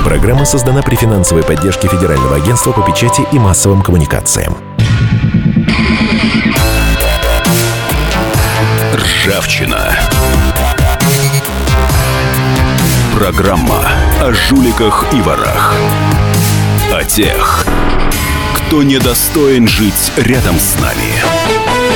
Программа создана при финансовой поддержке Федерального агентства по печати и массовым коммуникациям. Ржавчина. Программа о жуликах и ворах. О тех, кто недостоин жить рядом с нами.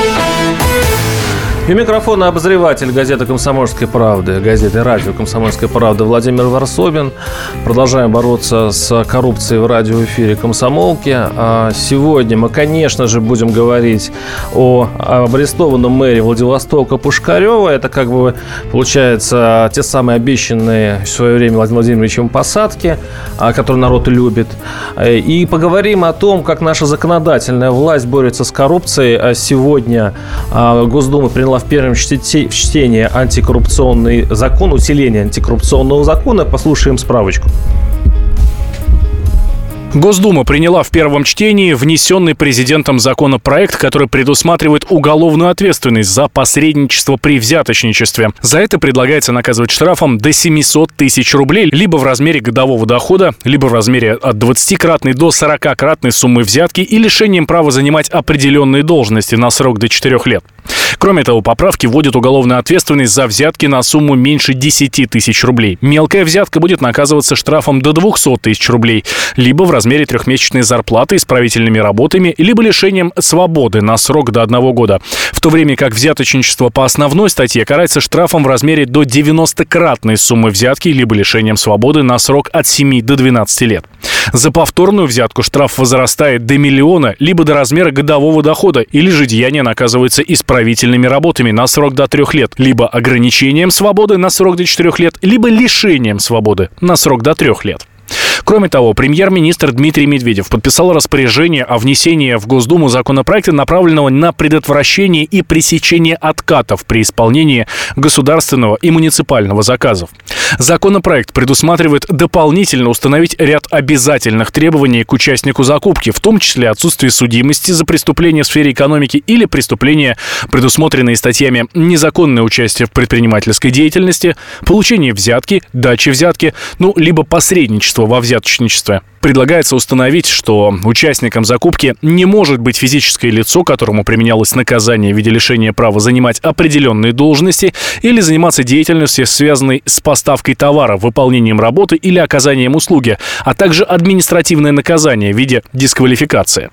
И микрофона обозреватель газеты «Комсомольская правда», газеты «Радио Комсомольская правда» Владимир Варсобин. Продолжаем бороться с коррупцией в радиоэфире «Комсомолки». Сегодня мы, конечно же, будем говорить об арестованном мэре Владивостока Пушкарева. Это, как бы, получается, те самые обещанные в свое время Владимиром Владимировичем посадки, которые народ любит. И поговорим о том, как наша законодательная власть борется с коррупцией. Сегодня Госдума приняла в первом чтении антикоррупционный закон, усиление антикоррупционного закона. Послушаем справочку. Госдума приняла в первом чтении внесенный президентом законопроект, который предусматривает уголовную ответственность за посредничество при взяточничестве. За это предлагается наказывать штрафом до 700 тысяч рублей, либо в размере годового дохода, либо в размере от 20-кратной до 40-кратной суммы взятки и лишением права занимать определенные должности на срок до 4 лет. Кроме того, поправки вводят уголовную ответственность за взятки на сумму меньше 10 тысяч рублей. Мелкая взятка будет наказываться штрафом до 200 тысяч рублей, либо в размере трехмесячной зарплаты, исправительными работами, либо лишением свободы на срок до 1 года. В то время как взяточничество по основной статье карается штрафом в размере до 90-кратной суммы взятки, либо лишением свободы на срок от 7 до 12 лет. За повторную взятку штраф возрастает до 1 миллиона, либо до размера годового дохода, или же деяние наказывается исправительными работами на срок до 3 лет, либо ограничением свободы на срок до 4 лет, либо лишением свободы на срок до 3 лет. Кроме того, премьер-министр Дмитрий Медведев подписал распоряжение о внесении в Госдуму законопроекта, направленного на предотвращение и пресечение откатов при исполнении государственного и муниципального заказов. Законопроект предусматривает дополнительно установить ряд обязательных требований к участнику закупки, в том числе отсутствие судимости за преступления в сфере экономики или преступления, предусмотренные статьями «Незаконное участие в предпринимательской деятельности», «Получение взятки», «Дача взятки», либо посредничество во взяточничестве. Предлагается установить, что участником закупки не может быть физическое лицо, которому применялось наказание в виде лишения права занимать определенные должности или заниматься деятельностью, связанной с поставкой товара, выполнением работы или оказанием услуги, а также административное наказание в виде дисквалификации.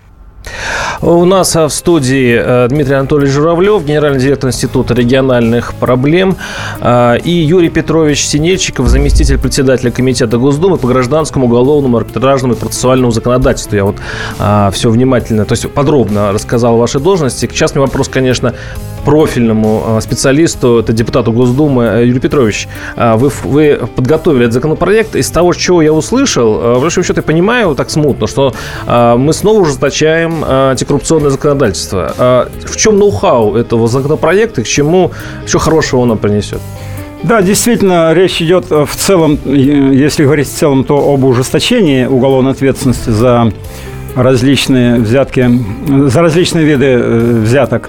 У нас в студии Дмитрий Анатольевич Журавлев, генеральный директор Института региональных проблем, и Юрий Петрович Синельчиков, заместитель председателя Комитета Госдумы по гражданскому, уголовному, арбитражному и процессуальному законодательству. Я все внимательно, то есть подробно рассказал о вашей должности. Сейчас у меня вопрос, конечно, профильному специалисту, это депутату Госдумы. Юрий Петрович, вы подготовили этот законопроект. Из того, чего я услышал, в общем счете, я понимаю так смутно, что мы снова ужесточаем антикоррупционное законодательство. В чем ноу-хау этого законопроекта и к чему, что хорошего он нам принесет? Да, действительно, речь идет в целом, если говорить в целом, то об ужесточении уголовной ответственности за различные взятки, за различные виды взяток.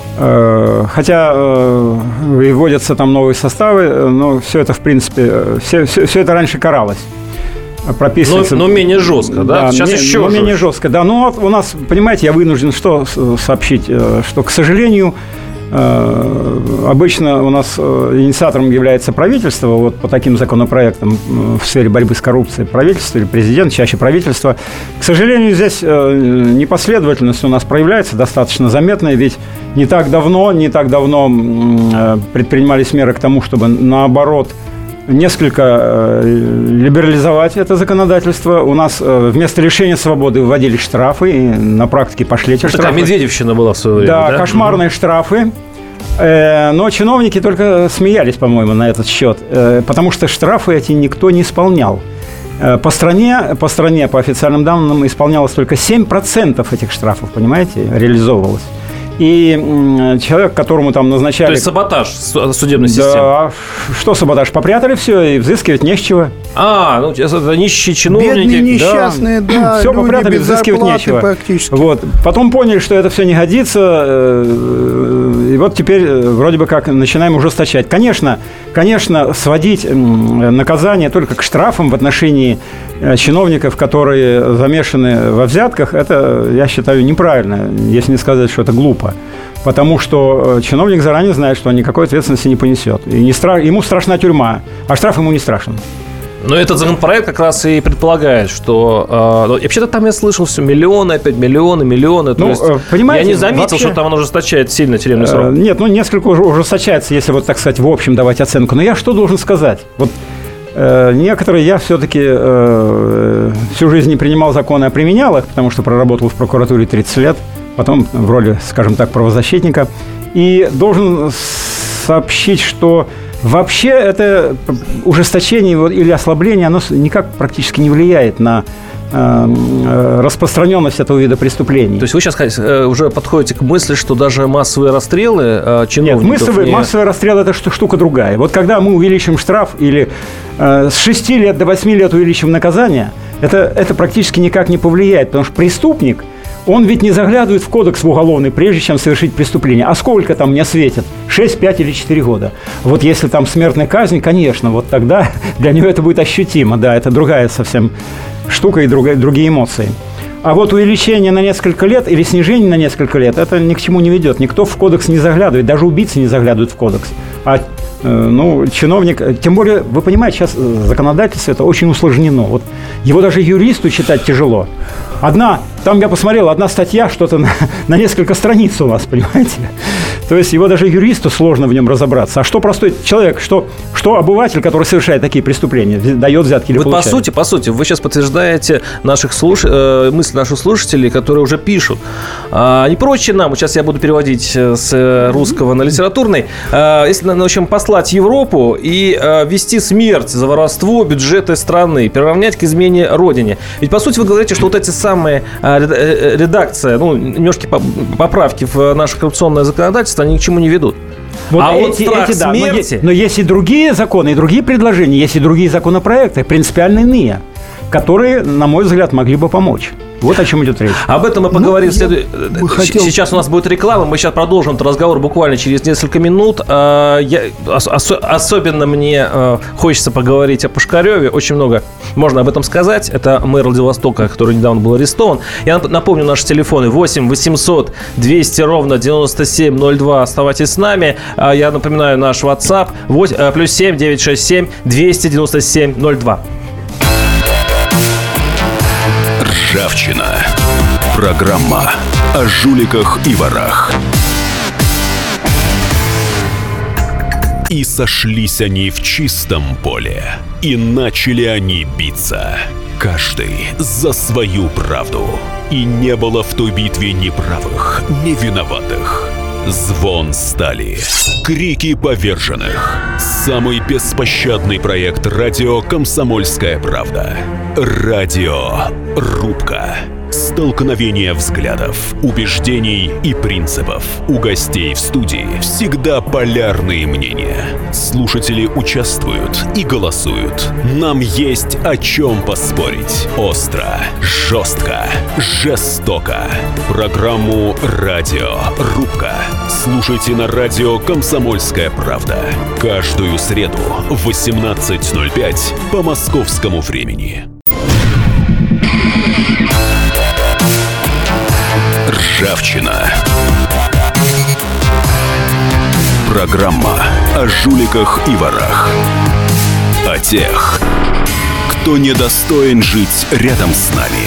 Хотя и вводятся там новые составы, но все это, в принципе, все это раньше каралось. Прописывается. Но менее жестко, да? Сейчас еще менее жестко, да. Ну, вот у нас, понимаете, я вынужден что сообщить, что, к сожалению, обычно у нас инициатором является правительство, вот по таким законопроектам в сфере борьбы с коррупцией правительство или президент, чаще правительство. К сожалению, здесь непоследовательность у нас проявляется достаточно заметная, ведь не так давно предпринимались меры к тому, чтобы, наоборот, несколько либерализовать это законодательство. У нас вместо лишения свободы вводились штрафы, и на практике пошли эти штрафы. Такая медведевщина была в свое время, да? Да, кошмарные штрафы. Но чиновники только смеялись, по-моему, на этот счет, потому что штрафы эти никто не исполнял. По стране, по официальным данным, исполнялось только 7% этих штрафов, понимаете, реализовывалось. И человек, которому там назначали... То есть саботаж судебной системы? Да. Что саботаж? Попрятали все, и взыскивать не с чего. Это нищие чиновники. Бедные, несчастные, да. Все попрятали, взыскивать нечего. Вот. Потом поняли, что это все не годится. И вот теперь вроде бы как начинаем ужесточать. Конечно, сводить наказание только к штрафам в отношении чиновников, которые замешаны во взятках, это, я считаю, неправильно, если не сказать, что это глупо. Потому что чиновник заранее знает, что он никакой ответственности не понесет. И ему страшна тюрьма, а штраф ему не страшен. Но этот законопроект как раз и предполагает, что... вообще-то там я слышал все миллионы, опять миллионы. То есть, понимаете, я не заметил, вообще, что там он ужесточает сильно тюремный срок. Нет, несколько ужесточается, если вот, так сказать, в общем давать оценку. Но я что должен сказать? Вот некоторые, я все-таки всю жизнь не принимал законы, а применял их, потому что проработал в прокуратуре 30 лет, потом в роли, скажем так, правозащитника. И должен сообщить, что вообще это ужесточение или ослабление, оно никак практически не влияет на распространенность этого вида преступлений. То есть вы сейчас уже подходите к мысли, что даже массовые расстрелы чиновников... Нет, массовые расстрелы – это штука другая. Вот когда мы увеличим штраф или с 6 лет до 8 лет увеличим наказание, это практически никак не повлияет, потому что преступник, он ведь не заглядывает в кодекс уголовный, прежде чем совершить преступление. А сколько там мне светит? 6, 5 или 4 года. Вот если там смертная казнь, конечно, вот тогда для него это будет ощутимо. Да, это другая совсем штука и другие эмоции. А вот увеличение на несколько лет или снижение на несколько лет, это ни к чему не ведет. Никто в кодекс не заглядывает, даже убийцы не заглядывают в кодекс. А чиновник, тем более, вы понимаете, сейчас законодательство это очень усложнено. Вот его даже юристу читать тяжело. Там я посмотрел, одна статья, что-то на несколько страниц у вас, понимаете? То есть его даже юристу сложно в нем разобраться. А что простой человек, что обыватель, который совершает такие преступления, дает взятки или получает? По сути, вы сейчас подтверждаете мысли наших слушателей, которые уже пишут. Не проще нам, сейчас я буду переводить с русского на литературный, если, в общем, послать Европу и ввести смерть за воровство бюджета страны, приравнять к измене родине. Ведь, по сути, вы говорите, что вот эти самые редакция, немножко поправки в наше коррупционное законодательство, они ни к чему не ведут. Вот страх смерти... Но есть и другие законы, и другие предложения, есть и другие законопроекты, принципиально иные, которые, на мой взгляд, могли бы помочь. Вот о чем идет речь. Об этом мы поговорим Сейчас у нас будет реклама. Мы сейчас продолжим этот разговор буквально через несколько минут. Особенно мне хочется поговорить о Пушкареве. Очень много можно об этом сказать. Это мэр Владивостока, который недавно был арестован. Я напомню наши телефоны 8 800 200 ровно 9702. Оставайтесь с нами. Я напоминаю наш WhatsApp +7 967 297 02. Ржавчина. Программа о жуликах и ворах. И сошлись они в чистом поле, и начали они биться. Каждый за свою правду. И не было в той битве ни правых, ни виноватых. Звон стали, крики поверженных. Самый беспощадный проект радио «Комсомольская правда». Радиорубка. Столкновение взглядов, убеждений и принципов. У гостей в студии всегда полярные мнения. Слушатели участвуют и голосуют. Нам есть о чем поспорить. Остро, жестко, жестоко. Программу «Радиорубка» слушайте на радио «Комсомольская правда». Каждую среду в 18:05 по московскому времени. Ржавчина. Программа о жуликах и ворах. О тех, кто недостоин жить рядом с нами.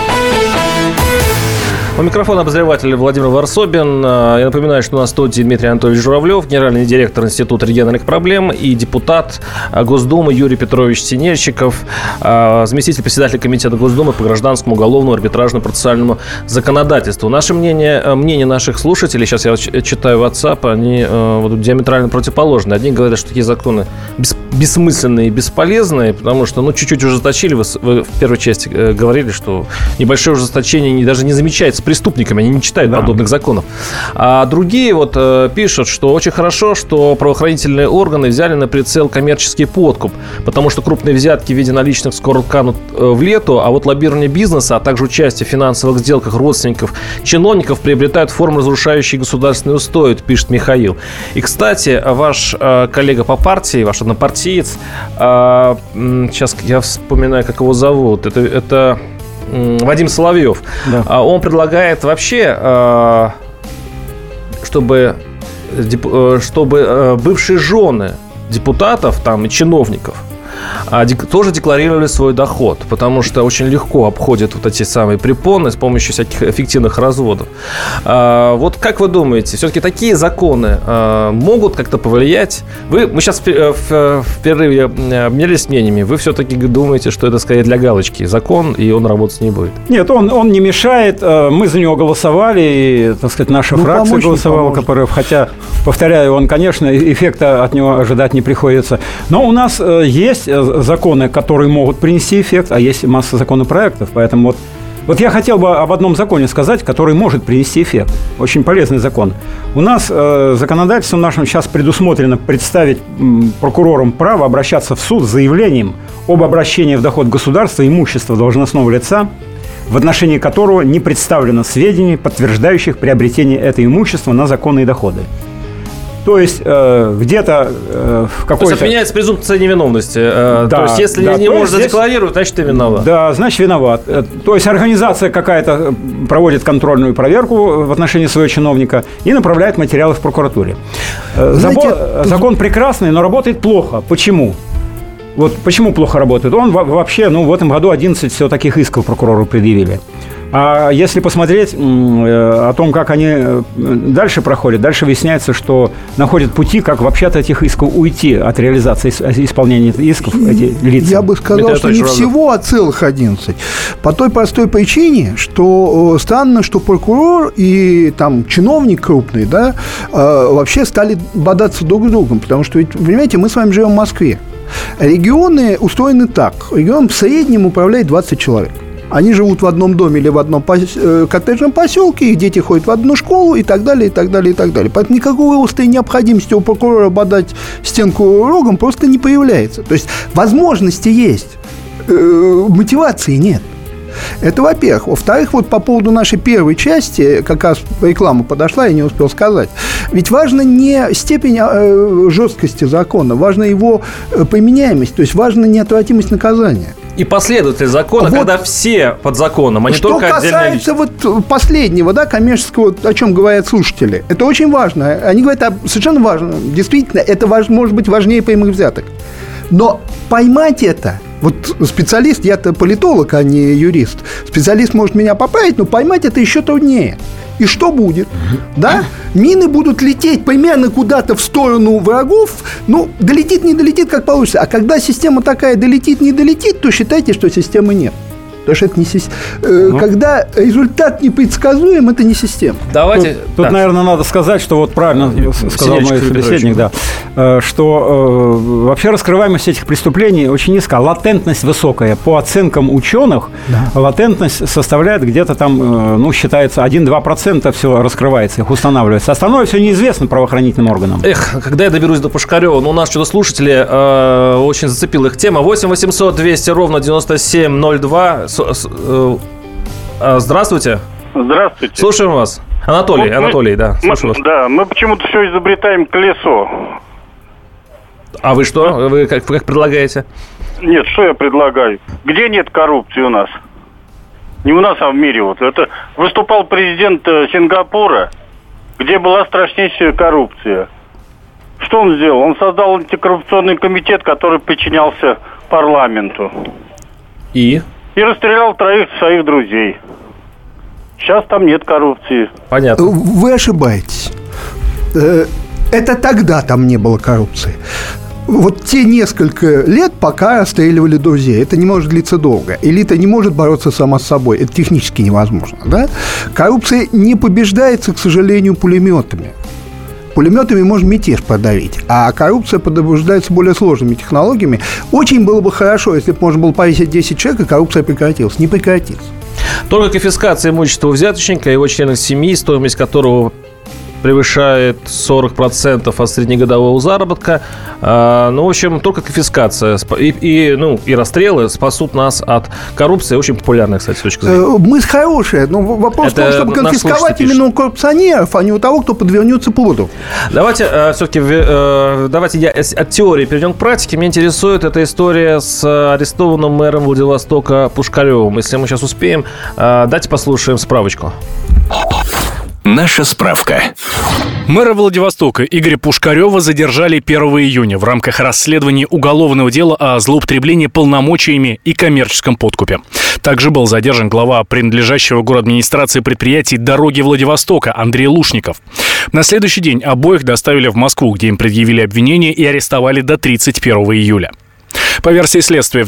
У микрофона обозреватель Владимир Варсобин. Я напоминаю, что у нас в студии Дмитрий Анатольевич Журавлев, генеральный директор Института региональных проблем, и депутат Госдумы Юрий Петрович Синельщиков, заместитель председателя Комитета Госдумы по гражданскому, уголовному, арбитражному, процессуальному законодательству. Наше мнение наших слушателей, сейчас я читаю WhatsApp, они диаметрально противоположны. Одни говорят, что такие законы бессмысленные и бесполезные, потому что, чуть-чуть ужесточили. Вы в первой части говорили, что небольшое ужесточение даже не замечается преступниками, они не читают подобных законов. А другие пишут, что очень хорошо, что правоохранительные органы взяли на прицел коммерческий подкуп, потому что крупные взятки в виде наличных скоро канут в лету, а лоббирование бизнеса, а также участие в финансовых сделках родственников чиновников приобретают форму, разрушающей государственный устой, пишет Михаил. И, кстати, ваш коллега по партии, ваш однопартиец, однофамильный россиец. Сейчас я вспоминаю, как его зовут. Это Вадим Соловьев. Да. Он предлагает вообще, чтобы бывшие жены депутатов там, и чиновников тоже декларировали свой доход, потому что очень легко обходят вот эти самые препоны с помощью всяких эффективных разводов. Вот как вы думаете, все-таки такие законы могут как-то повлиять? Мы сейчас в перерыве обменялись мнениями. Вы все-таки думаете, что это скорее для галочки закон, и он работать не будет? Нет, он не мешает. Мы за него голосовали, и, так сказать, наша фракция голосовала, КПРФ. Хотя, повторяю, он, конечно, эффекта от него ожидать не приходится. Но у нас есть законы, которые могут принести эффект, а есть масса законопроектов. Поэтому вот я хотел бы об одном законе сказать, который может принести эффект. Очень полезный закон. У нас законодательством нашим сейчас предусмотрено представить прокурорам право обращаться в суд с заявлением об обращении в доход государства имущества должностного лица, в отношении которого не представлено сведений, подтверждающих приобретение этого имущества на законные доходы. То есть где-то в какой-то... То есть отменяется презумпция невиновности. Да, то есть если не можешь задекларировать, значит ты виноват. Да, значит виноват. То есть организация какая-то проводит контрольную проверку в отношении своего чиновника и направляет материалы в прокуратуре. Закон прекрасный, но работает плохо. Почему? Вот почему плохо работает? Он вообще, в этом году 11 всего таких исков прокурору предъявили. А если посмотреть о том, как они дальше проходят, дальше выясняется, что находят пути, как вообще от этих исков уйти, от реализации исполнения исков эти лица. Я бы сказал, что не всего, а целых 11. По той простой причине, что странно, что прокурор и там чиновник крупный, да, вообще стали бодаться друг с другом. Потому что, ведь, понимаете, мы с вами живем в Москве. Регионы устроены так. Регион в среднем управляет 20 человек. Они живут в одном доме или в одном коттеджном поселке, их дети ходят в одну школу и так далее, и так далее, и так далее. Поэтому никакой острой необходимости у прокурора бодать стенку рогом просто не появляется. То есть возможности есть, мотивации нет. Это во-первых. Во-вторых, вот по поводу нашей первой части, как раз реклама подошла, я не успел сказать. Ведь важна не степень жесткости закона, важна его применяемость, то есть важна неотвратимость наказания. И последовательность закона, когда все под законом, а не только отдельные личности. Что касается вот последнего, да, коммерческого, о чем говорят слушатели, это очень важно. Они говорят, совершенно важно. Действительно, это может быть важнее прямых взяток. Но поймать это, вот специалист, я-то политолог, а не юрист, специалист может меня поправить, но поймать это еще труднее. И что будет? Да? Мины будут лететь примерно куда-то в сторону врагов. Долетит, не долетит, как получится. А когда система такая долетит, не долетит, то считайте, что системы нет. Потому что это не система. Когда результат непредсказуем, это не система. Давайте. Тут, наверное, надо сказать, что вот правильно сказал мой собеседник, да, что вообще раскрываемость этих преступлений очень низкая, латентность высокая. По оценкам ученых, латентность составляет где-то там, считается, 1-2% все раскрывается, их устанавливается. Остальное все неизвестно правоохранительным органам. Когда я доберусь до Пушкарева, у нас что-то слушатели очень зацепила их тема. 8 800 200 ровно 9702. Здравствуйте. Здравствуйте. Слушаем вас. Анатолий, да. Слушаю вас. Да, мы почему-то все изобретаем колесо. А вы что? Вы как предлагаете? Нет, что я предлагаю? Где нет коррупции у нас? Не у нас, а в мире. Вот это выступал президент Сингапура, где была страшнейшая коррупция. Что он сделал? Он создал антикоррупционный комитет, который подчинялся парламенту. И расстрелял 3 своих друзей. Сейчас там нет коррупции. Понятно. Вы ошибаетесь. Это тогда там не было коррупции. Вот те несколько лет, пока расстреливали друзей, это не может длиться долго. Элита не может бороться сама с собой. Это технически невозможно. Да? Коррупция не побеждается, к сожалению, пулеметами. Пулеметами можно мятеж подавить, а коррупция побеждается более сложными технологиями. Очень было бы хорошо, если бы можно было повесить 10 человек, и коррупция прекратилась. Не прекратится. Только конфискация имущества у взяточника и его членов семьи, стоимость которого превышает 40% от среднегодового заработка. Ну, в общем, только конфискация и расстрелы спасут нас от коррупции. Очень популярная, кстати, с точки зрения. Мысль хорошая, но вопрос в том, чтобы конфисковать именно у коррупционеров, а не у того, кто подвернется плоду. Давайте я от теории перейдем к практике. Меня интересует эта история с арестованным мэром Владивостока Пушкаревым. Если мы сейчас успеем, давайте послушаем справочку. Наша справка. Мэра Владивостока Игоря Пушкарева задержали 1 июня в рамках расследования уголовного дела о злоупотреблении полномочиями и коммерческом подкупе. Также был задержан глава принадлежащего городадминистрации предприятий «Дороги Владивостока» Андрей Лушников. На следующий день обоих доставили в Москву, где им предъявили обвинение и арестовали до 31 июля. По версии следствия, в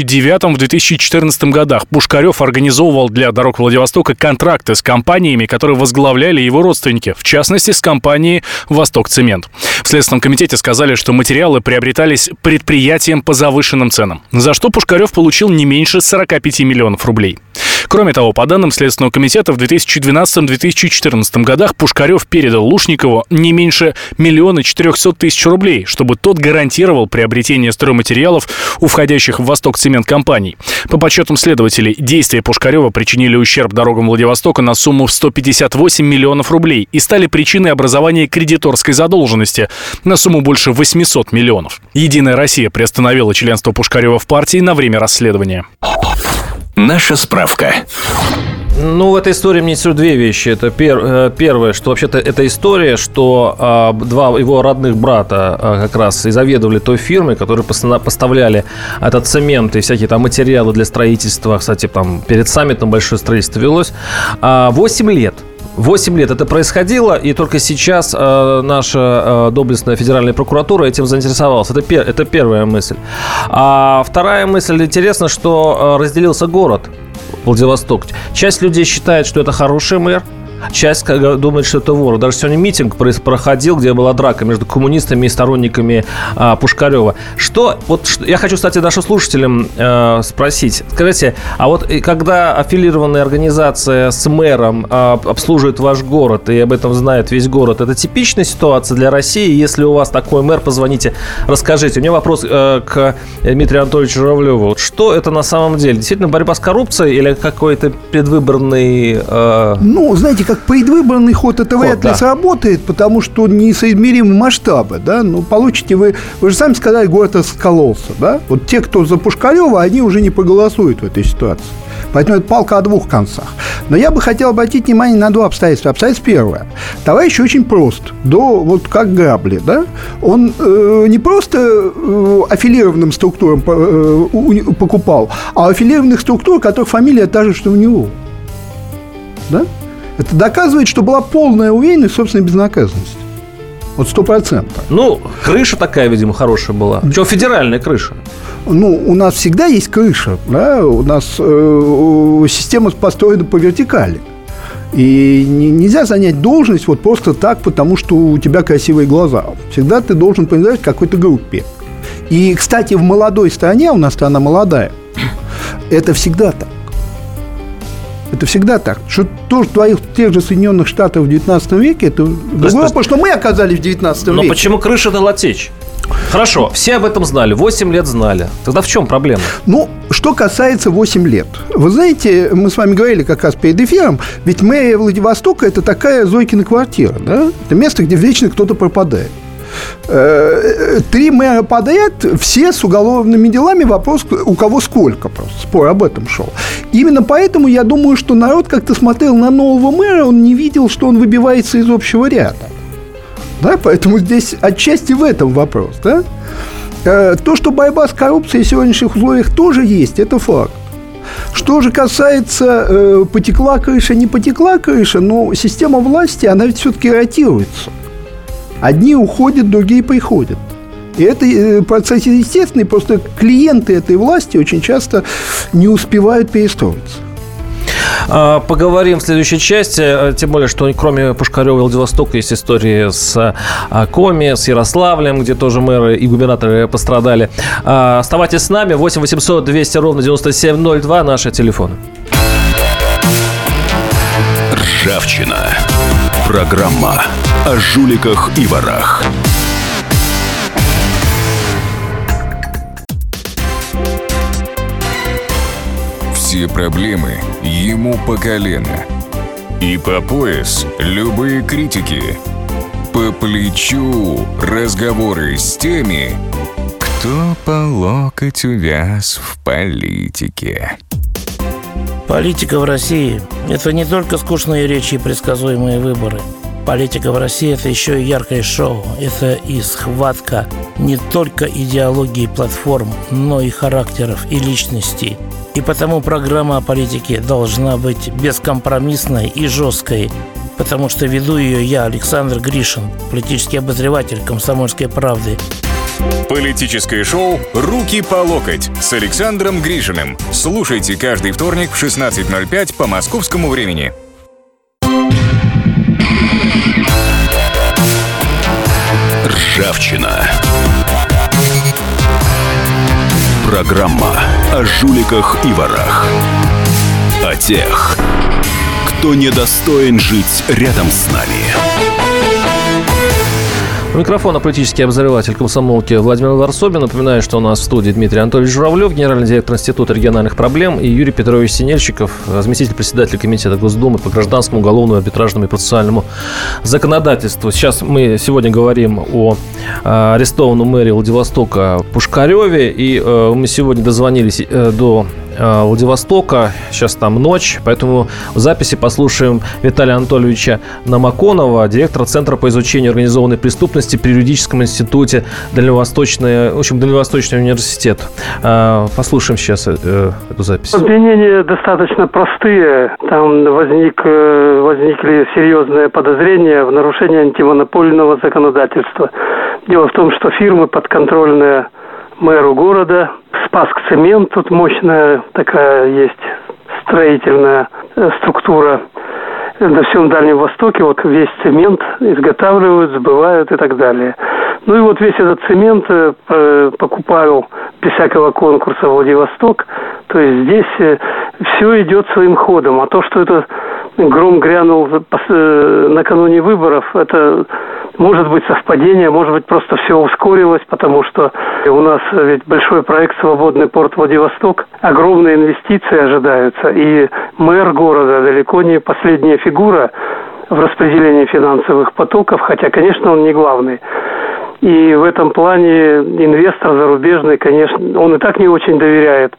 2009-2014 годах Пушкарев организовывал для «Дорог Владивостока» контракты с компаниями, которые возглавляли его родственники, в частности, с компанией «Востокцемент». В Следственном комитете сказали, что материалы приобретались предприятием по завышенным ценам, за что Пушкарев получил не меньше 45 миллионов рублей. Кроме того, по данным Следственного комитета, в 2012-2014 годах Пушкарев передал Лушникову не меньше 1 400 000 рублей, чтобы тот гарантировал приобретение стройматериалов у входящих в Востокцемент компаний. По подсчетам следователей, действия Пушкарева причинили ущерб дорогам Владивостока на сумму в 158 миллионов рублей и стали причиной образования кредиторской задолженности на сумму больше 800 миллионов. «Единая Россия» приостановила членство Пушкарева в партии на время расследования. Наша справка. Ну, в этой истории мне интересуют две вещи. Это первое, что вообще-то это история, что два его родных брата как раз и заведовали той фирмой, которые поставляли этот цемент и всякие там материалы для строительства. Кстати, там перед саммитом большое строительство велось. 8 лет. 8 лет это происходило, и только сейчас наша доблестная федеральная прокуратура этим заинтересовалась. Это первая мысль. А вторая мысль, интересно, что разделился город Владивосток. Часть людей считает, что это хороший мэр, часть думает, что это вор. Даже сегодня митинг проходил, где была драка между коммунистами и сторонниками Пушкарева. Я хочу, кстати, нашим слушателям спросить. Скажите, а вот когда аффилированная организация с мэром обслуживает ваш город, и об этом знает весь город, это типичная ситуация для России? Если у вас такой мэр, позвоните, расскажите. У меня вопрос к Дмитрию Анатольевичу Журавлеву. Вот что это на самом деле? Действительно борьба с коррупцией или какой-то предвыборный... Ну, знаете, как предвыборный ход это вряд ли сработает, потому что несоизмеримы масштабы, да, ну, получите вы же сами сказали, город раскололся, да, вот те, кто за Пушкарева, они уже не проголосуют в этой ситуации, поэтому это палка о двух концах. Но я бы хотел обратить внимание на два обстоятельства. Обстоятельство первое. Товарищ очень прост, вот как грабли, да, он не просто аффилированным структурам покупал, а аффилированных структур, которых фамилия та же, что у него, да. Это доказывает, что была полная уверенность в собственной безнаказанности. Вот 100%. Ну, крыша такая, видимо, хорошая была. Причем федеральная крыша. Ну, у нас всегда есть крыша. Да? У нас система построена по вертикали. И нельзя занять должность вот просто так, потому что у тебя красивые глаза. Всегда ты должен принадлежать какой-то группе. И, кстати, в молодой стране, у нас страна молодая, это всегда так. Это всегда так. Что то, что в тех же Соединенных Штатах в 19 веке, это другое, потому что мы оказались в 19 веке. Но почему крыша дала течь? Хорошо, все об этом знали, 8 лет знали. Тогда в чем проблема? Ну, что касается 8 лет. Вы знаете, мы с вами говорили как раз перед эфиром, ведь мэрия Владивостока – это такая Зойкина квартира, да? Это место, где вечно кто-то пропадает. 3 мэра подряд, все с уголовными делами, вопрос, у кого сколько, просто спор об этом шел. Именно поэтому я думаю, что народ как-то смотрел на нового мэра, он не видел, что он выбивается из общего ряда. Да, поэтому здесь отчасти в этом вопрос, да? То, что борьба с коррупцией в сегодняшних условиях тоже есть, это факт. Что же касается потекла крыша, не потекла крыша, но система власти, она ведь все-таки ротируется. Одни уходят, другие приходят. И это процесс естественный, просто клиенты этой власти очень часто не успевают перестроиться. Поговорим в следующей части, тем более, что кроме Пушкарева и Владивостока есть истории с Коми, с Ярославлем, где тоже мэры и губернаторы пострадали. Оставайтесь с нами, 8 800 200 ровно 9702, наши телефоны. Ржавчина. Программа о жуликах и ворах. Все проблемы ему по колено. И по пояс любые критики. По плечу разговоры с теми, кто по локоть увяз в политике. Политика в России – это не только скучные речи и предсказуемые выборы. Политика в России – это еще и яркое шоу. Это и схватка не только идеологии платформ, но и характеров и личностей. И потому программа о политике должна быть бескомпромиссной и жесткой, потому что веду ее я, Александр Гришин, политический обозреватель «Комсомольской правды». Политическое шоу «Руки по локоть» с Александром Гришиным. Слушайте каждый вторник в 16:05 по московскому времени. Ржавчина. Программа о жуликах и ворах. О тех, кто недостоин жить рядом с нами. У микрофона политический обозреватель комсомолки Владимир Варсобин. Напоминаю, что у нас в студии Дмитрий Анатольевич Журавлев, генеральный директор Института региональных проблем, и Юрий Петрович Синельщиков, заместитель председателя Комитета Госдумы по гражданскому, уголовному, арбитражному и процессуальному законодательству. Сейчас мы сегодня говорим о арестованном мэре Владивостока Пушкареве, и мы сегодня дозвонились до Владивостока. Сейчас там ночь, поэтому в записи послушаем Виталия Анатольевича Намаконова, директора Центра по изучению организованной преступности при юридическом институте Дальневосточный университет. Послушаем сейчас эту запись. Обвинения достаточно простые. Там возникли серьезные подозрения в нарушении антимонопольного законодательства. Дело в том, что фирмы, подконтрольные мэру города, Спаскцемент, тут мощная такая есть строительная структура на всем Дальнем Востоке, вот весь цемент изготавливают, сбывают и так далее. Ну и вот весь этот цемент покупал без всякого конкурса Владивосток, то есть здесь все идет своим ходом. А то, что это гром грянул накануне выборов, это может быть совпадение, может быть просто все ускорилось, потому что у нас ведь большой проект «Свободный порт Владивосток», огромные инвестиции ожидаются, и мэр города далеко не последняя фигура в распределении финансовых потоков, хотя, конечно, он не главный. И в этом плане инвестор зарубежный, конечно, он и так не очень доверяет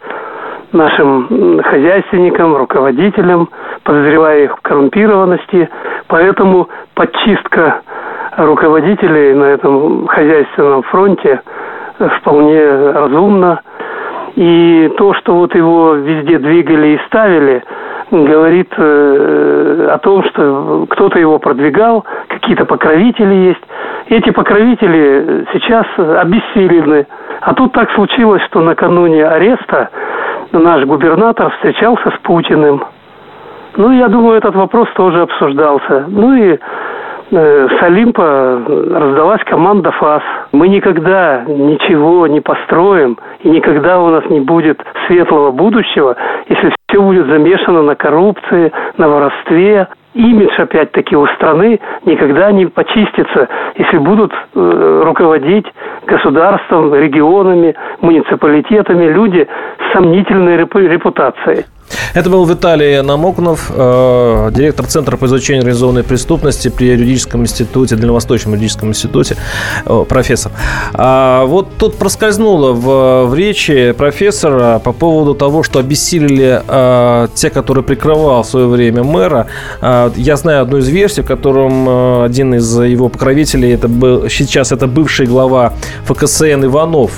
нашим хозяйственникам, руководителям, подозревая их в коррумпированности, поэтому подчистка руководителей на этом хозяйственном фронте вполне разумно. И то, что вот его везде двигали и ставили, говорит о том, что кто-то его продвигал, какие-то покровители есть. Эти покровители сейчас обессилены. А тут так случилось, что накануне ареста наш губернатор встречался с Путиным. Ну, я думаю, этот вопрос тоже обсуждался. Ну и с Олимпа раздалась команда ФАС. Мы никогда ничего не построим, и никогда у нас не будет светлого будущего, если все будет замешано на коррупции, на воровстве. Имидж, опять-таки, у страны никогда не почистится, если будут руководить государством, регионами, муниципалитетами люди с сомнительной репутацией. Это был Виталий Намоконов, директор Центра по изучению организованной преступности при юридическом институте, Дальневосточном юридическом институте, профессор. Вот тут проскользнуло в речи профессора по поводу того, что обессилили те, которые прикрывал в свое время мэра. Я знаю одну из версий, в котором один из его покровителей, сейчас это бывший глава ФКСН Иванов,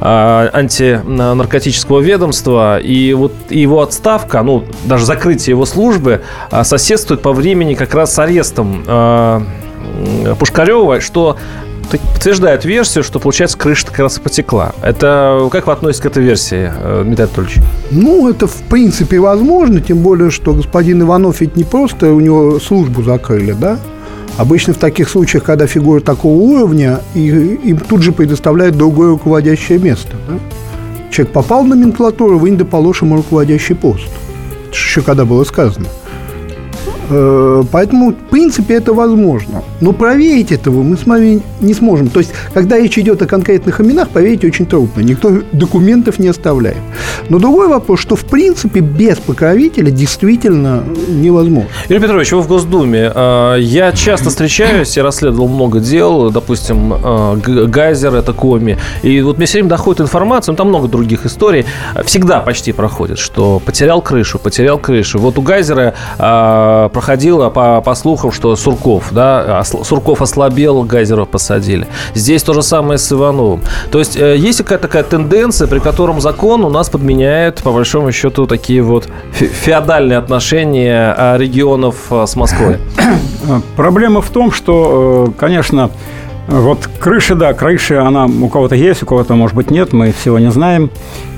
антинаркотического ведомства, и вот его отставка, ну, даже закрытие его службы соседствует по времени как раз с арестом Пушкарева, что подтверждает версию, что, получается, крыша как раз и потекла. Это как вы относитесь к этой версии, Дмитрий Анатольевич? Ну, это в принципе возможно, тем более, что господин Иванов ведь не просто у него службу закрыли, да? Обычно в таких случаях, когда фигура такого уровня, им тут же предоставляют другое руководящее место, да? Человек попал в номенклатуру, вынь да положь ему руководящий пост. Это еще когда было сказано. Поэтому, в принципе, это возможно. Но проверить этого мы с вами не сможем. То есть, когда речь идет о конкретных именах, проверить очень трудно. Никто документов не оставляет. Но другой вопрос, что, в принципе, без покровителя действительно невозможно. Юрий Петрович, вы в Госдуме. Я часто встречаюсь, я расследовал много дел, допустим, Гайзер, это Коми. И вот мне все время доходит информация, там много других историй, всегда почти проходит, что потерял крышу. Вот у Гайзера проходило по слухам, что Сурков ослабел, Гайзеров посадили. Здесь то же самое с Ивановым. То есть есть какая-то такая тенденция, при котором закон у нас подменяет, по большому счету, такие вот феодальные отношения регионов с Москвой. Проблема в том, что, конечно, вот крыша, она у кого-то есть, у кого-то, может быть, нет, мы всего не знаем.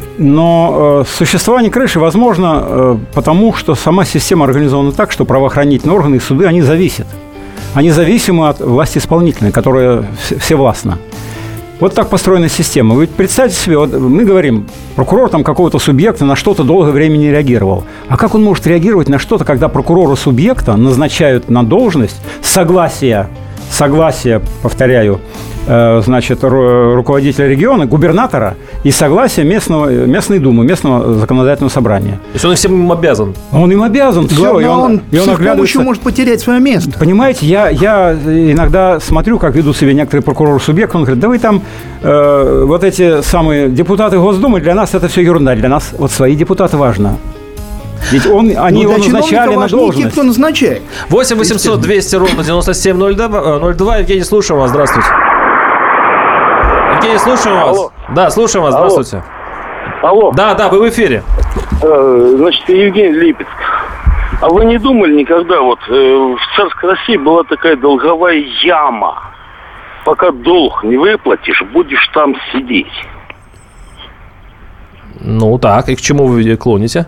Но существование крыши возможно потому, что сама система организована так, что правоохранительные органы и суды, они зависят. Они зависимы от власти исполнительной, которая всевластна. Вот так построена система. Вы представьте себе, вот мы говорим, прокурор там какого-то субъекта на что-то долгое время не реагировал. А как он может реагировать на что-то, когда прокурора субъекта назначают на должность согласия, повторяю, значит, руководителя региона, губернатора и согласие местной думы, местного законодательного собрания. То есть он всем им обязан? Он им обязан, все. Он с их помощью может потерять свое место. Понимаете, я иногда смотрю, как ведут себя некоторые прокуроры субъекта, он говорит, да вы там вот эти самые депутаты Госдумы, для нас это все ерунда, для нас вот свои депутаты важно. Ведь они его назначали на должность. Кто назначает. 8 800 200 ровно 9702. Евгений, слушаем вас. Здравствуйте. Евгений, слушаем вас. Алло. Да, слушаем вас. Алло. Здравствуйте. Алло. Да, вы в эфире. Значит, Евгений Липецк. А вы не думали никогда, вот в царской России была такая долговая яма. Пока долг не выплатишь, будешь там сидеть. Ну так, и к чему вы клоните?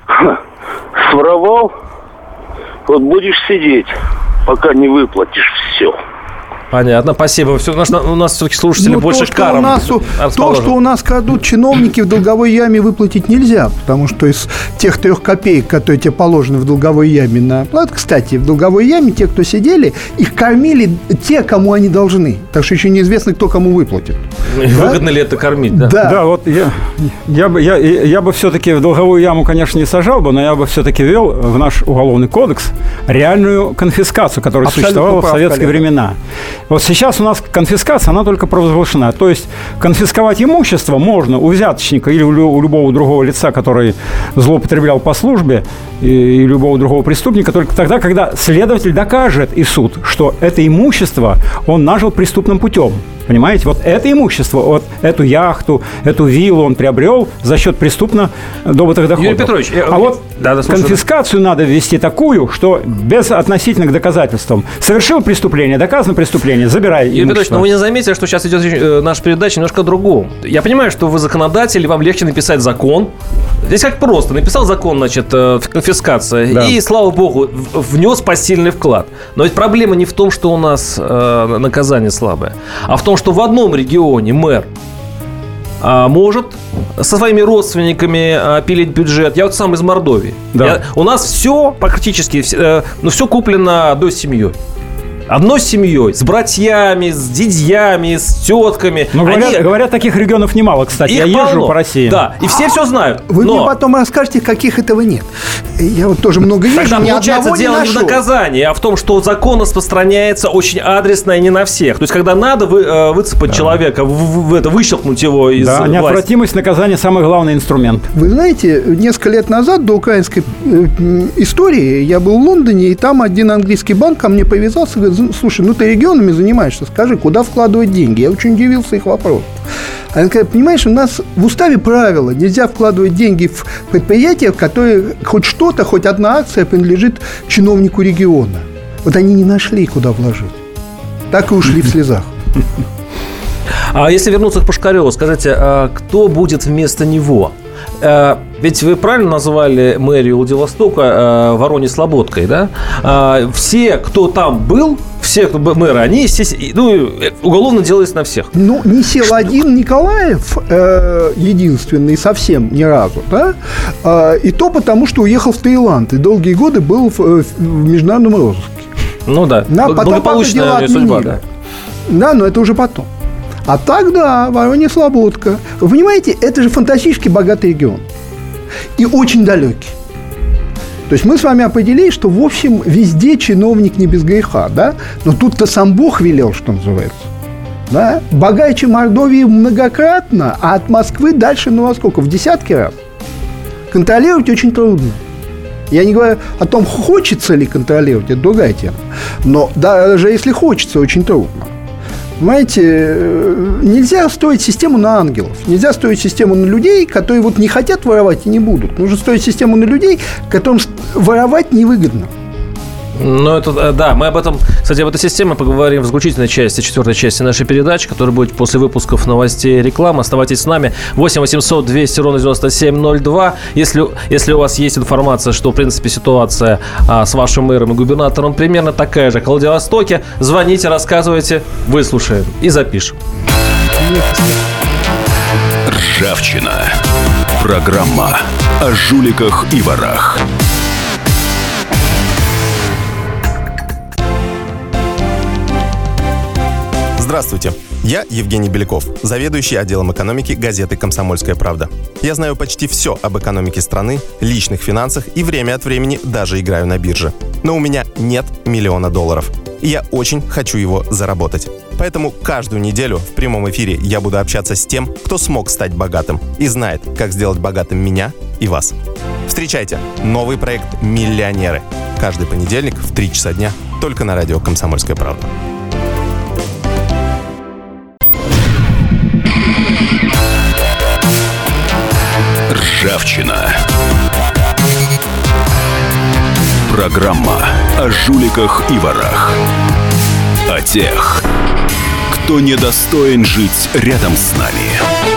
Своровал, вот будешь сидеть, пока не выплатишь все. Понятно, спасибо. У нас все-таки слушатели больше каром. То, что у нас крадут чиновники, в долговой яме выплатить нельзя, потому что из тех 3 копеек, которые тебе положены в долговой яме на оплату, кстати, в долговой яме те, кто сидели, их кормили те, кому они должны. Так что еще неизвестно, кто кому выплатит. Выгодно ли это кормить, да? Да, вот я бы все-таки в долговую яму, конечно, не сажал бы, но я бы все-таки ввел в наш уголовный кодекс реальную конфискацию, которая существовала в советские времена. Вот сейчас у нас конфискация, она только провозглашена. То есть конфисковать имущество можно у взяточника или у любого другого лица, который злоупотреблял по службе, и любого другого преступника, только тогда, когда следователь докажет и суд, что это имущество он нажил преступным путем. Понимаете? Вот это имущество, вот эту яхту, эту виллу он приобрел за счет преступно добытых доходов. Юрий Петрович, конфискацию надо ввести такую, что без относительно к доказательствам. Совершил преступление, доказано преступление, забирай имущество. Юрий Петрович, но вы не заметили, что сейчас идет наша передача немножко о другом. Я понимаю, что вы законодатель, вам легче написать закон. Здесь как просто. Написал закон, значит, конфискация, да. И, слава богу, внес посильный вклад. Но ведь проблема не в том, что у нас наказание слабое, а в том, что в одном регионе мэр может со своими родственниками пилить бюджет. Я вот сам из Мордовии. Да. У нас все практически, все куплено одной семьей. Одной семьей, с братьями, с дядьями, с тетками. Но говорят, таких регионов немало, кстати. Я езжу по России. Да, и все знают. Вы мне потом расскажете, каких этого нет. Я вот тоже много езжу, тогда получается, дело не в наказании, а в том, что закон распространяется очень адресно и не на всех. То есть, когда надо выцепать человека, выщелкнуть его из власти. Неотвратимость наказания – самый главный инструмент. Вы знаете, несколько лет назад, до украинской истории, я был в Лондоне, и там один английский банк ко мне повязался и говорит: слушай, ты регионами занимаешься, скажи, куда вкладывать деньги? Я очень удивился их вопросу. Они говорят: понимаешь, у нас в уставе правило, нельзя вкладывать деньги в предприятия, в которые хоть что-то, хоть одна акция принадлежит чиновнику региона. Вот они не нашли, куда вложить. Так и ушли в слезах. А если вернуться к Пушкареву, скажите, кто будет вместо него? ведь вы правильно назвали мэрию Владивостока Вороньей-Слободкой, да? Все, кто там был, все, кто мэры, они, уголовно делались на всех. Ну, не сел один Николаев, единственный совсем ни разу, да? И то потому, что уехал в Таиланд и долгие годы был в международном розыске. Ну да, благополучная судьба, да. Да, но это уже потом. А так, да, Воронья-Слободка. Вы понимаете, это же фантастически богатый регион. И очень далекий. То есть мы с вами определили, что, в общем, везде чиновник не без греха, да? Но тут-то сам Бог велел, что называется. Да? Богаче Мордовии многократно, а от Москвы дальше, во сколько? В десятки раз. Контролировать очень трудно. Я не говорю о том, хочется ли контролировать, это другая тема. Но даже если хочется, очень трудно. Понимаете, нельзя строить систему на ангелов. Нельзя строить систему на людей, которые не хотят воровать и не будут. Нужно строить систему на людей, которым воровать невыгодно. Ну, это, да, мы об этом, кстати, об этой системе поговорим в заключительной части, 4-й части нашей передачи, которая будет после выпусков новостей и рекламы. Оставайтесь с нами. 8 800 200 ровно 9702. Если у вас есть информация, что, в принципе, ситуация с вашим мэром и губернатором примерно такая же, как в Владивостоке, звоните, рассказывайте, выслушаем и запишем. Ржавчина. Программа о жуликах и ворах. Здравствуйте, я Евгений Беляков, заведующий отделом экономики газеты «Комсомольская правда». Я знаю почти все об экономике страны, личных финансах и время от времени даже играю на бирже. Но у меня нет $1 миллиона. И я очень хочу его заработать. Поэтому каждую неделю в прямом эфире я буду общаться с тем, кто смог стать богатым и знает, как сделать богатым меня и вас. Встречайте новый проект «Миллионеры». Каждый понедельник в 3 часа дня только на радио «Комсомольская правда». Ржавчина. Программа о жуликах и ворах. О тех, кто недостоин жить рядом с нами.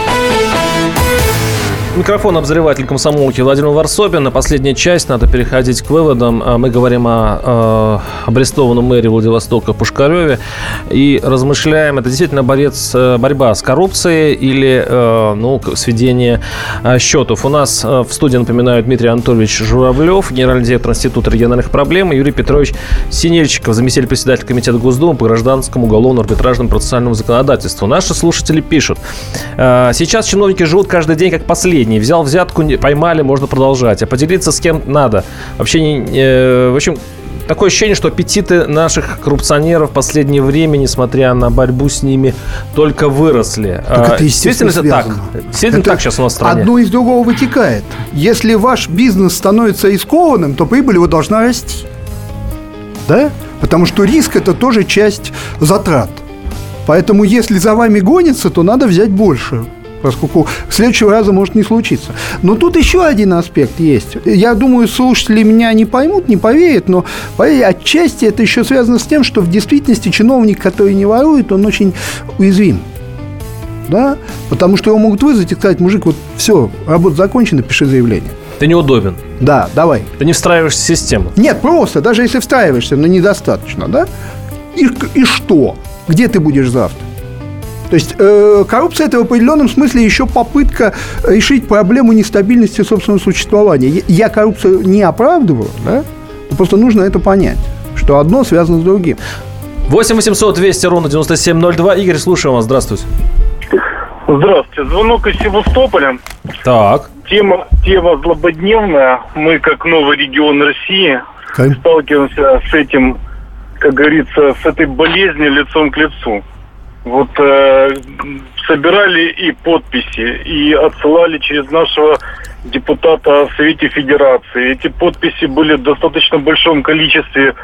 Микрофон обозреватель комсомолки Владимир Варсобин. На последняя часть, надо переходить к выводам. Мы говорим о арестованном мэре Владивостока Пушкареве и размышляем, это действительно борьба с коррупцией или сведение счетов. У нас в студии, напоминаю, Дмитрий Анатольевич Журавлев, генеральный директор Института региональных проблем, и Юрий Петрович Синельчиков, заместитель председателя комитета Госдумы по гражданскому, уголовному, арбитражному, процессуальному законодательству. Наши слушатели пишут: сейчас чиновники живут каждый день как последние. Взял взятку, поймали, можно продолжать. А поделиться с кем надо. Вообще, в общем, такое ощущение, что аппетиты наших коррупционеров в последнее время, несмотря на борьбу с ними, только выросли. Так это действительно это так? Действительно это так сейчас у нас в стране? Одно из другого вытекает. Если ваш бизнес становится рискованным, то прибыль его должна расти. Да? Потому что риск – это тоже часть затрат. Поэтому, если за вами гонится, то надо взять больше, поскольку следующего раза может не случиться. Но тут еще один аспект есть. Я думаю, слушатели меня не поймут, не поверят, но отчасти это еще связано с тем, что в действительности чиновник, который не ворует, он очень уязвим. Да? Потому что его могут вызвать и сказать: мужик, вот все, работа закончена, пиши заявление. Ты неудобен. Да, давай. Ты не встраиваешься в систему. Нет, просто, даже если встраиваешься, но недостаточно, да? И что? Где ты будешь завтра? То есть коррупция – это в определенном смысле еще попытка решить проблему нестабильности собственного существования. Я коррупцию не оправдываю, да? Просто нужно это понять, что одно связано с другим. 8 800 200 ровно 9702. Игорь, слушаем вас. Здравствуйте. Здравствуйте. Звонок из Севастополя. Так. Тема злободневная. Мы, как новый регион России, сталкиваемся с этим, как говорится, с этой болезнью лицом к лицу. Вот собирали и подписи, и отсылали через нашего депутата в Совете Федерации. Эти подписи были в достаточно большом количестве,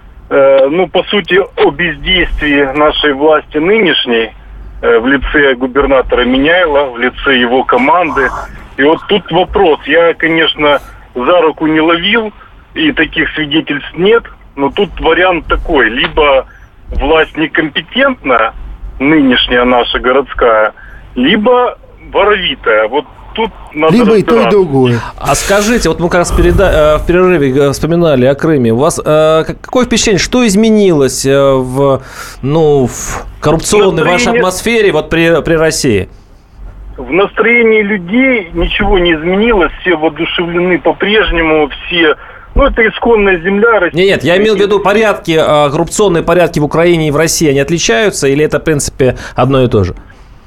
по сути, о бездействии нашей власти нынешней, в лице губернатора Меняйла, в лице его команды. И вот тут вопрос. Я, конечно, за руку не ловил, и таких свидетельств нет, но тут вариант такой. Либо власть некомпетентна, нынешняя наша городская, либо воровитая. Вот тут надо либо и то, и разбираться. другое. А скажите, вот мы как раз в перерыве вспоминали о Крыме. У вас какое впечатление, что изменилось в коррупционной вашей атмосфере вот при России? В настроении людей ничего не изменилось, все воодушевлены по-прежнему, все... это исконная земля России. Нет, я имел в виду коррупционные порядки в Украине и в России, они отличаются, или это, в принципе, одно и то же?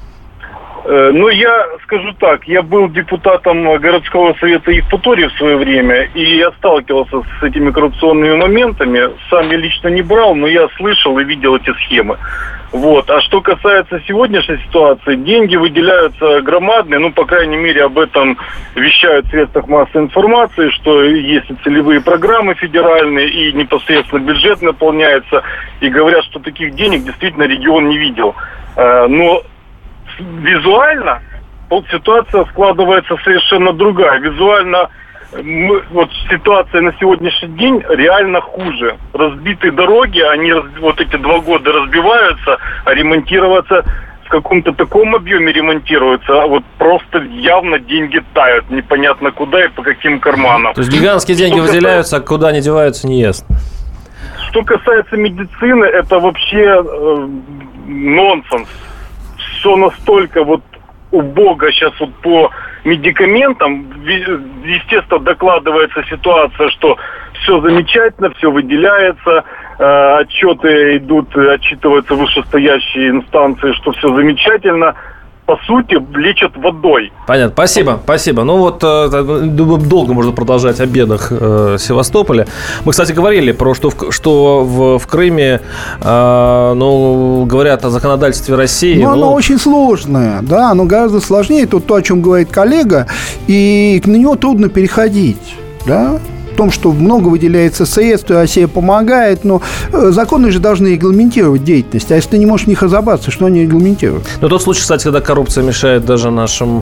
Я скажу так, я был депутатом городского совета Евпатории в свое время, и я сталкивался с этими коррупционными моментами. Сам я лично не брал, но я слышал и видел эти схемы. А что касается сегодняшней ситуации, деньги выделяются громадные, по крайней мере, об этом вещают в средствах массовой информации, что есть и целевые программы федеральные, и непосредственно бюджет наполняется, и говорят, что таких денег действительно регион не видел. Но визуально ситуация складывается совершенно другая. Визуально ситуация на сегодняшний день реально хуже. Разбитые дороги, они эти 2 года разбиваются, а ремонтироваться в каком-то таком объеме ремонтируются, а просто явно деньги тают, непонятно куда и по каким карманам. То есть гигантские деньги выделяются, а куда они деваются, не ясно. Что касается медицины, это вообще нонсенс. Все настолько убого сейчас по медикаментам. Естественно, докладывается ситуация, что все замечательно, все выделяется, отчеты идут, отчитываются вышестоящие инстанции, что все замечательно. По сути, лечат водой. Понятно. Спасибо. Думаю, долго можно продолжать о бедах Севастополя. Мы, кстати, говорили что в Крыме, говорят о законодательстве России. Оно очень сложное, да, оно гораздо сложнее. То, о чем говорит коллега, и на него трудно переходить, да. В том, что много выделяется средств, и Россия помогает, но законы же должны регламентировать деятельность. А если ты не можешь в них разобраться, что они регламентируют? Тот случай, кстати, когда коррупция мешает даже нашим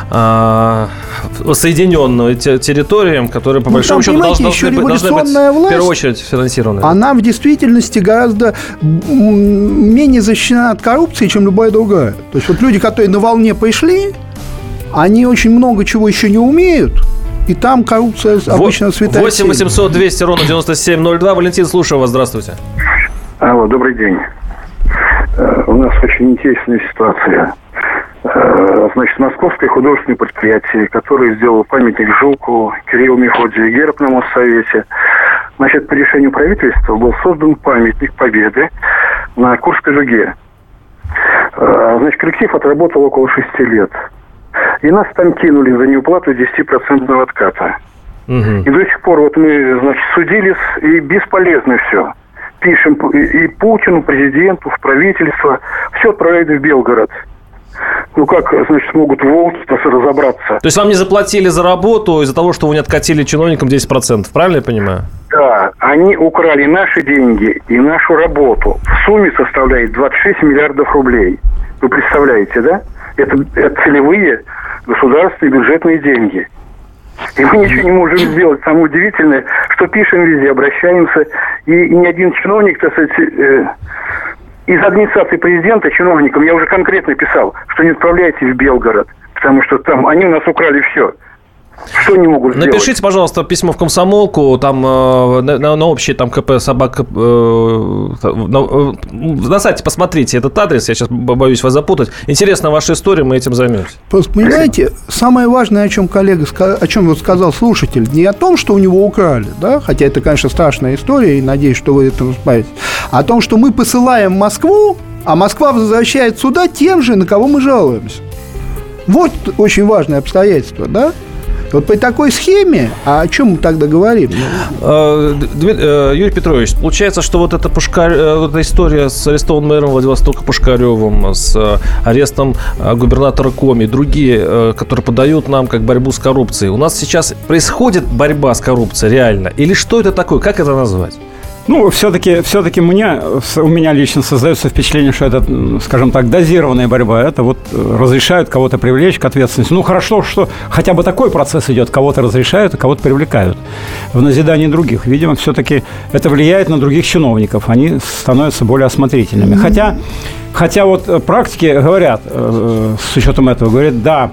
соединенным территориям, которые, по большому счету, должны быть в первую очередь финансированы. Она в действительности гораздо менее защищена от коррупции, чем любая другая. То есть люди, которые на волне пришли, они очень много чего еще не умеют. И там коррупция обычно цветает. 8 800 200 ровно 9702. Валентин, слушаю вас. Здравствуйте. Алло, добрый день. У нас очень интересная ситуация. Московское художественное предприятие, которое сделало памятник Жукову, Кириллу Мефодию и герб на Моссовете. По решению правительства был создан памятник Победы на Курской дуге. Коллектив отработал около 6 лет. И нас там кинули за неуплату 10% отката. И до сих пор мы, судились, и бесполезно все. Пишем и Путину, президенту, в правительство, все отправляют в Белгород. Как, смогут волки разобраться? То есть вам не заплатили за работу из-за того, что вы не откатили чиновникам 10%, правильно я понимаю? Да, они украли наши деньги и нашу работу. В сумме составляет 26 миллиардов рублей. Вы представляете, да? Это целевые государственные бюджетные деньги. И мы ничего не можем сделать. Самое удивительное, что пишем везде, обращаемся, и ни один чиновник, из администрации президента чиновникам я уже конкретно писал, что не отправляйте в Белгород, потому что там они у нас украли все. Что они могут сделать? Напишите, пожалуйста, письмо в комсомолку, там на общий КП собака. На сайте посмотрите этот адрес, я сейчас боюсь вас запутать. Интересна ваша история, мы этим займемся. Просто, понимаете, самое важное, о чем сказал слушатель, не о том, что у него украли, да, хотя это, конечно, страшная история, и надеюсь, что вы это разбавите, а о том, что мы посылаем Москву, а Москва возвращает сюда тем же, на кого мы жалуемся. Вот очень важное обстоятельство, да? При такой схеме, а о чем мы тогда говорим? Юрий Петрович, получается, что эта история с арестованным мэром Владивостока Пушкаревым, с арестом губернатора Коми, другие, которые подают нам как борьбу с коррупцией. У нас сейчас происходит борьба с коррупцией реально? Или что это такое? Как это назвать? Все-таки у меня лично создается впечатление, что это, скажем так, дозированная борьба. Это разрешают кого-то привлечь к ответственности. Хорошо, что хотя бы такой процесс идет. Кого-то разрешают, а кого-то привлекают в назидание других. Видимо, все-таки это влияет на других чиновников. Они становятся более осмотрительными. Хотя практики говорят, с учетом этого, говорят, да,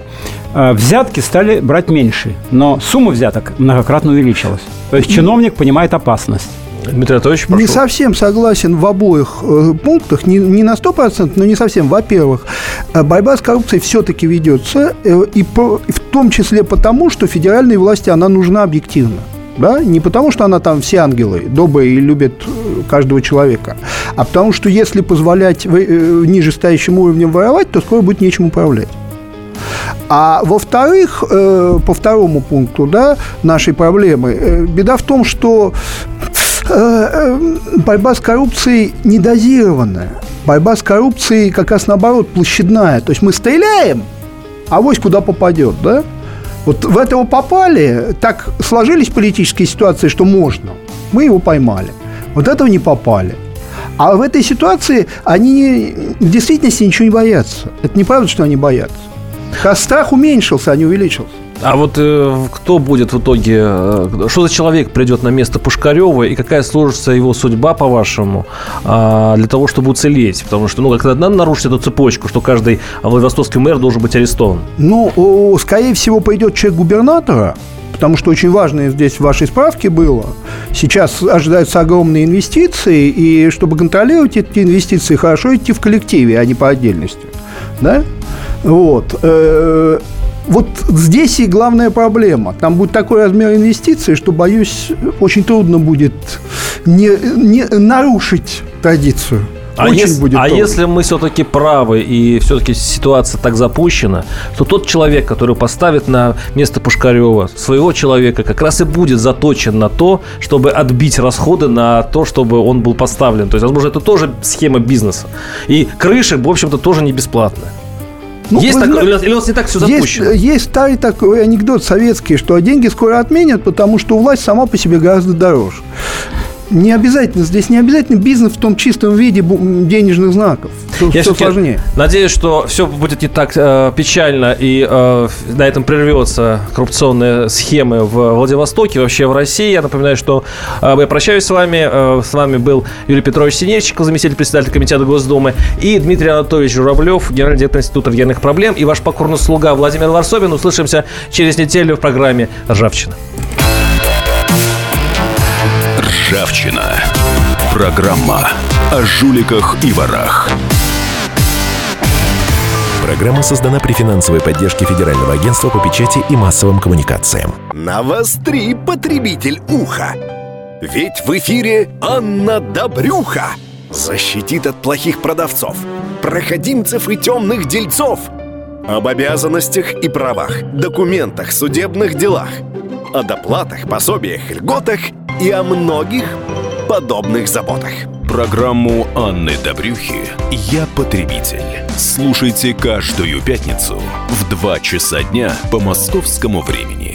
взятки стали брать меньше, но сумма взяток многократно увеличилась. То есть чиновник понимает опасность. Дмитрий Анатольевич, прошу. Не совсем согласен в обоих пунктах, не на 100%, но не совсем. Во-первых, борьба с коррупцией все-таки ведется, и в том числе потому, что федеральной власти она нужна объективно. Да? Не потому, что она там все ангелы, добрые и любят каждого человека, а потому, что если позволять ниже стоящим уровнем воровать, то скоро будет нечем управлять. А во-вторых, по второму пункту, да, нашей проблемы, беда в том, что борьба с коррупцией недозированная. Борьба с коррупцией как раз наоборот площадная. То есть мы стреляем, а авось куда попадет, да? Вот в этого попали, так сложились политические ситуации, что можно. Мы его поймали. Вот этого не попали. А в этой ситуации они в действительности ничего не боятся. Это неправда, что они боятся. Страх уменьшился, а не увеличился. А вот кто будет в итоге, что за человек придет на место Пушкарева и какая сложится его судьба, по-вашему, для того, чтобы уцелеть? Потому что, как-то надо нарушить эту цепочку, что каждый владивостокский мэр должен быть арестован. Скорее всего, пойдет человек губернатора, потому что очень важно здесь в вашей справке было. Сейчас ожидаются огромные инвестиции, и чтобы контролировать эти инвестиции, хорошо идти в коллективе, а не по отдельности. Да? Вот здесь и главная проблема. Там будет такой размер инвестиций, что, боюсь, очень трудно будет не нарушить традицию. Если мы все-таки правы и все-таки ситуация так запущена, то тот человек, который поставит на место Пушкарева своего человека, как раз и будет заточен на то, чтобы отбить расходы на то, чтобы он был поставлен. То есть, возможно, это тоже схема бизнеса. И крыша, в общем-то, тоже не бесплатная. Или у нас не так все запущено? Есть старый такой анекдот советский, что деньги скоро отменят, потому что власть сама по себе гораздо дороже. Не обязательно бизнес в том чистом виде денежных знаков. Я все сложнее. Надеюсь, что все будет не так печально и на этом прервется коррупционная схема в Владивостоке, вообще в России. Я напоминаю, что я прощаюсь с вами. С вами был Юрий Петрович Синельчиков, заместитель председателя комитета Госдумы, и Дмитрий Анатольевич Журавлев, генеральный директор Института региональных проблем, и ваш покорный слуга Владимир Варсобин. Услышимся через неделю в программе «Ржавчина». «Ржавчина». Программа о жуликах и ворах. Программа создана при финансовой поддержке Федерального агентства по печати и массовым коммуникациям. Навостри, потребитель уха. Ведь в эфире Анна Добрюха защитит от плохих продавцов, проходимцев и темных дельцов. Об обязанностях и правах, документах, судебных делах, о доплатах, пособиях, льготах и о многих подобных заботах. Программу Анны Добрюхи «Я потребитель». Слушайте каждую пятницу в 2 часа дня по московскому времени.